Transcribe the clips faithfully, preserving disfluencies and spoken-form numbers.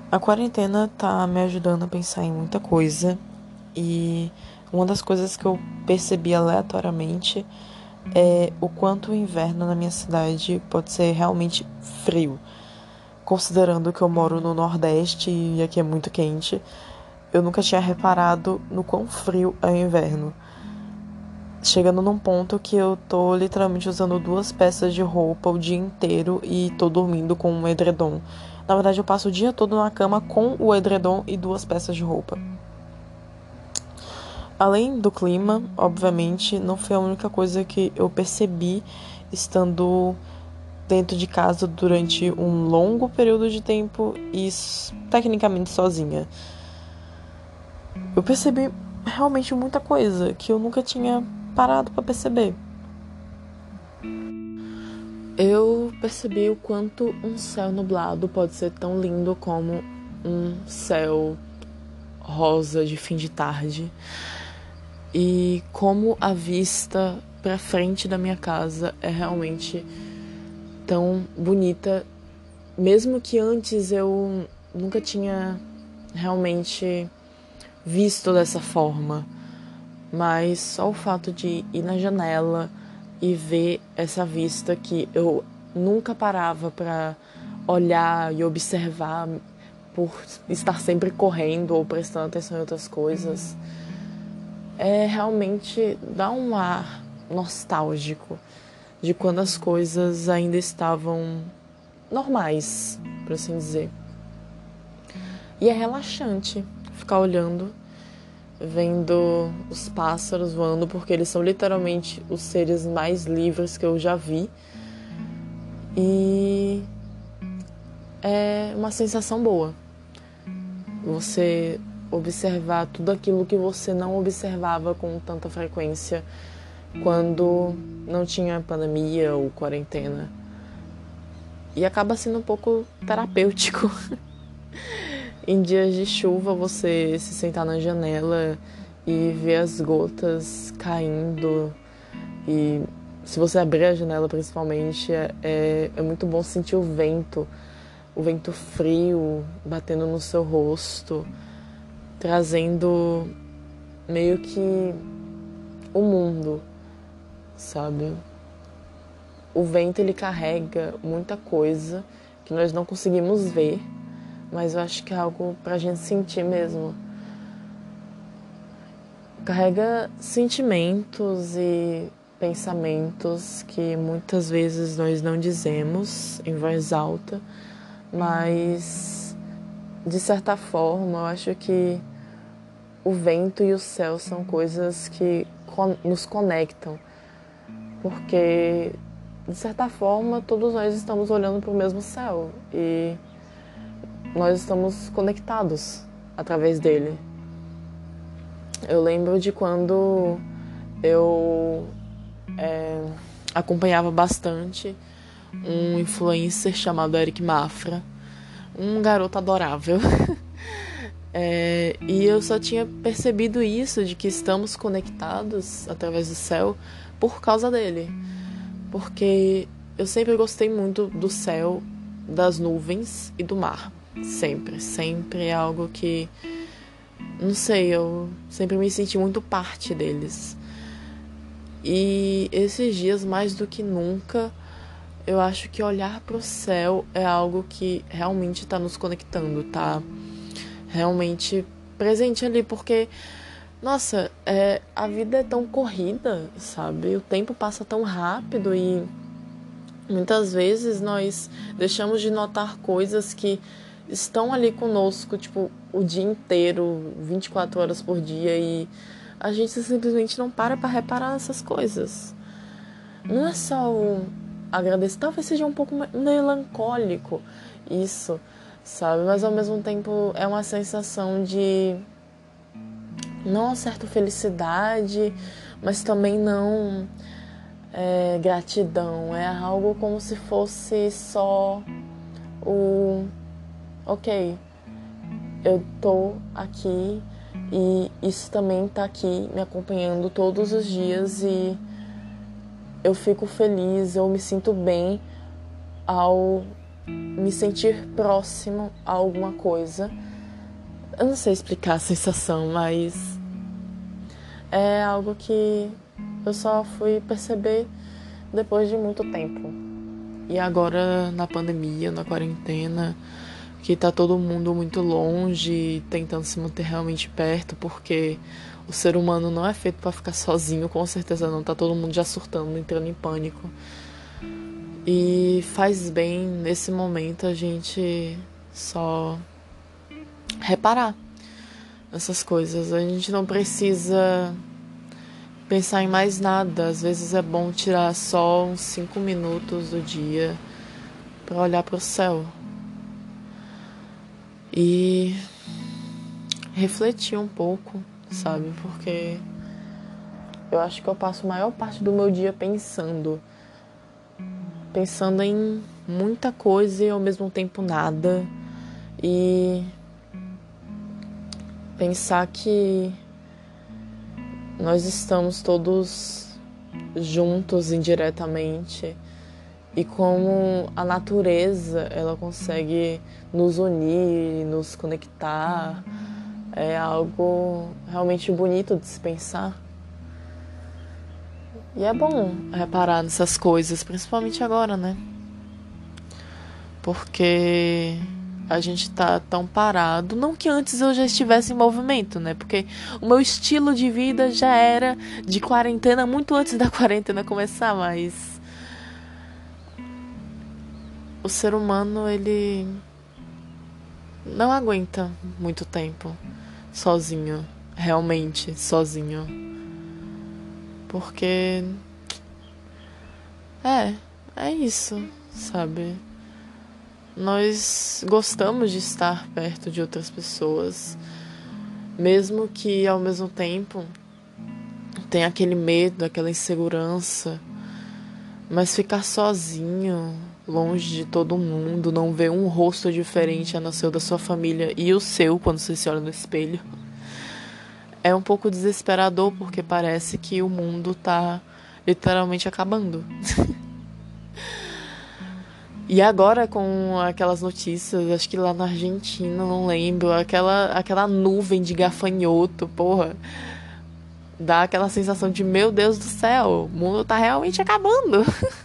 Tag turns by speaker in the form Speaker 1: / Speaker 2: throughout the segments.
Speaker 1: A quarentena tá me ajudando a pensar em muita coisa e uma das coisas que eu percebi aleatoriamente é o quanto o inverno na minha cidade pode ser realmente frio. Considerando que eu moro no Nordeste e aqui é muito quente, eu nunca tinha reparado no quão frio é o inverno. Chegando num ponto que eu tô literalmente usando duas peças de roupa o dia inteiro e tô dormindo com um edredom. Na verdade, eu passo o dia todo na cama com o edredom e duas peças de roupa. Além do clima, obviamente, não foi a única coisa que eu percebi estando dentro de casa durante um longo período de tempo e tecnicamente sozinha. Eu percebi realmente muita coisa que eu nunca tinha parado para perceber. Eu percebi o quanto um céu nublado pode ser tão lindo como um céu rosa de fim de tarde. E como a vista pra frente da minha casa é realmente tão bonita, mesmo que antes eu nunca tinha realmente visto dessa forma. Mas só o fato de ir na janela e ver essa vista que eu nunca parava para olhar e observar por estar sempre correndo ou prestando atenção em outras coisas, é realmente dá um ar nostálgico de quando as coisas ainda estavam normais, por assim dizer. E é relaxante ficar olhando, vendo os pássaros voando, porque eles são literalmente os seres mais livres que eu já vi. E é uma sensação boa. Você observar tudo aquilo que você não observava com tanta frequência quando não tinha pandemia ou quarentena. E acaba sendo um pouco terapêutico. Em dias de chuva, você se sentar na janela e ver as gotas caindo. E se você abrir a janela, principalmente, é, é muito bom sentir o vento, o vento frio batendo no seu rosto, trazendo meio que o mundo, sabe? O vento, ele carrega muita coisa que nós não conseguimos ver, mas eu acho que é algo pra gente sentir mesmo. Carrega sentimentos e pensamentos que muitas vezes nós não dizemos em voz alta, mas de certa forma eu acho que o vento e o céu são coisas que nos conectam, porque de certa forma todos nós estamos olhando para o mesmo céu e nós estamos conectados através dele. Eu lembro de quando eu é, acompanhava bastante um influencer chamado Eric Mafra, um garoto adorável. É, e eu só tinha percebido isso, de que estamos conectados através do céu por causa dele. Porque eu sempre gostei muito do céu, das nuvens e do mar. Sempre, sempre é algo que, não sei, eu sempre me senti muito parte deles. E esses dias, mais do que nunca, eu acho que olhar pro céu é algo que realmente tá nos conectando, tá realmente presente ali, porque, nossa, é, a vida é tão corrida, sabe? O tempo passa tão rápido e muitas vezes nós deixamos de notar coisas que estão ali conosco, tipo, o dia inteiro, vinte e quatro horas por dia, e a gente simplesmente não para para reparar nessas coisas. Não é só o agradecer, talvez seja um pouco melancólico isso, sabe? Mas ao mesmo tempo é uma sensação de não uma certa felicidade, mas também não é, gratidão. É algo como se fosse só o ok, eu tô aqui e isso também tá aqui me acompanhando todos os dias e eu fico feliz, eu me sinto bem ao me sentir próximo a alguma coisa. Eu não sei explicar a sensação, mas é algo que eu só fui perceber depois de muito tempo. E agora na pandemia, na quarentena, que tá todo mundo muito longe, tentando se manter realmente perto, porque o ser humano não é feito pra ficar sozinho, com certeza não. Tá todo mundo já surtando, entrando em pânico. E faz bem nesse momento a gente só reparar essas coisas. A gente não precisa pensar em mais nada. Às vezes é bom tirar só uns cinco minutos do dia para olhar para o céu e refletir um pouco, sabe? Porque eu acho que eu passo a maior parte do meu dia pensando pensando em muita coisa e ao mesmo tempo nada. E pensar que nós estamos todos juntos indiretamente e como a natureza ela consegue nos unir, nos conectar, é algo realmente bonito de se pensar. E é bom reparar nessas coisas, principalmente agora, né? Porque a gente tá tão parado. Não que antes eu já estivesse em movimento, né? Porque o meu estilo de vida já era de quarentena muito antes da quarentena começar, mas o ser humano, ele não aguenta muito tempo sozinho, realmente sozinho. Porque é, é isso, sabe? Nós gostamos de estar perto de outras pessoas, mesmo que ao mesmo tempo tenha aquele medo, aquela insegurança, mas ficar sozinho, longe de todo mundo, não ver um rosto diferente a não ser o da sua família e o seu quando você se olha no espelho, é um pouco desesperador, porque parece que o mundo tá literalmente acabando. E agora com aquelas notícias, acho que lá na Argentina, não lembro, aquela, aquela nuvem de gafanhoto, porra, dá aquela sensação de, meu Deus do céu, o mundo tá realmente acabando.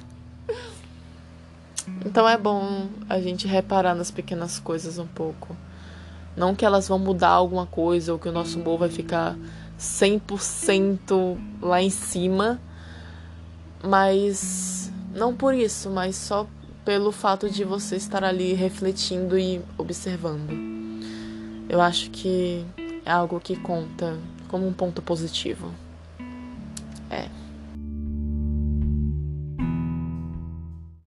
Speaker 1: Então é bom a gente reparar nas pequenas coisas um pouco. Não que elas vão mudar alguma coisa ou que o nosso humor vai ficar cem por cento lá em cima, mas não por isso, mas só pelo fato de você estar ali refletindo e observando. Eu acho que é algo que conta como um ponto positivo.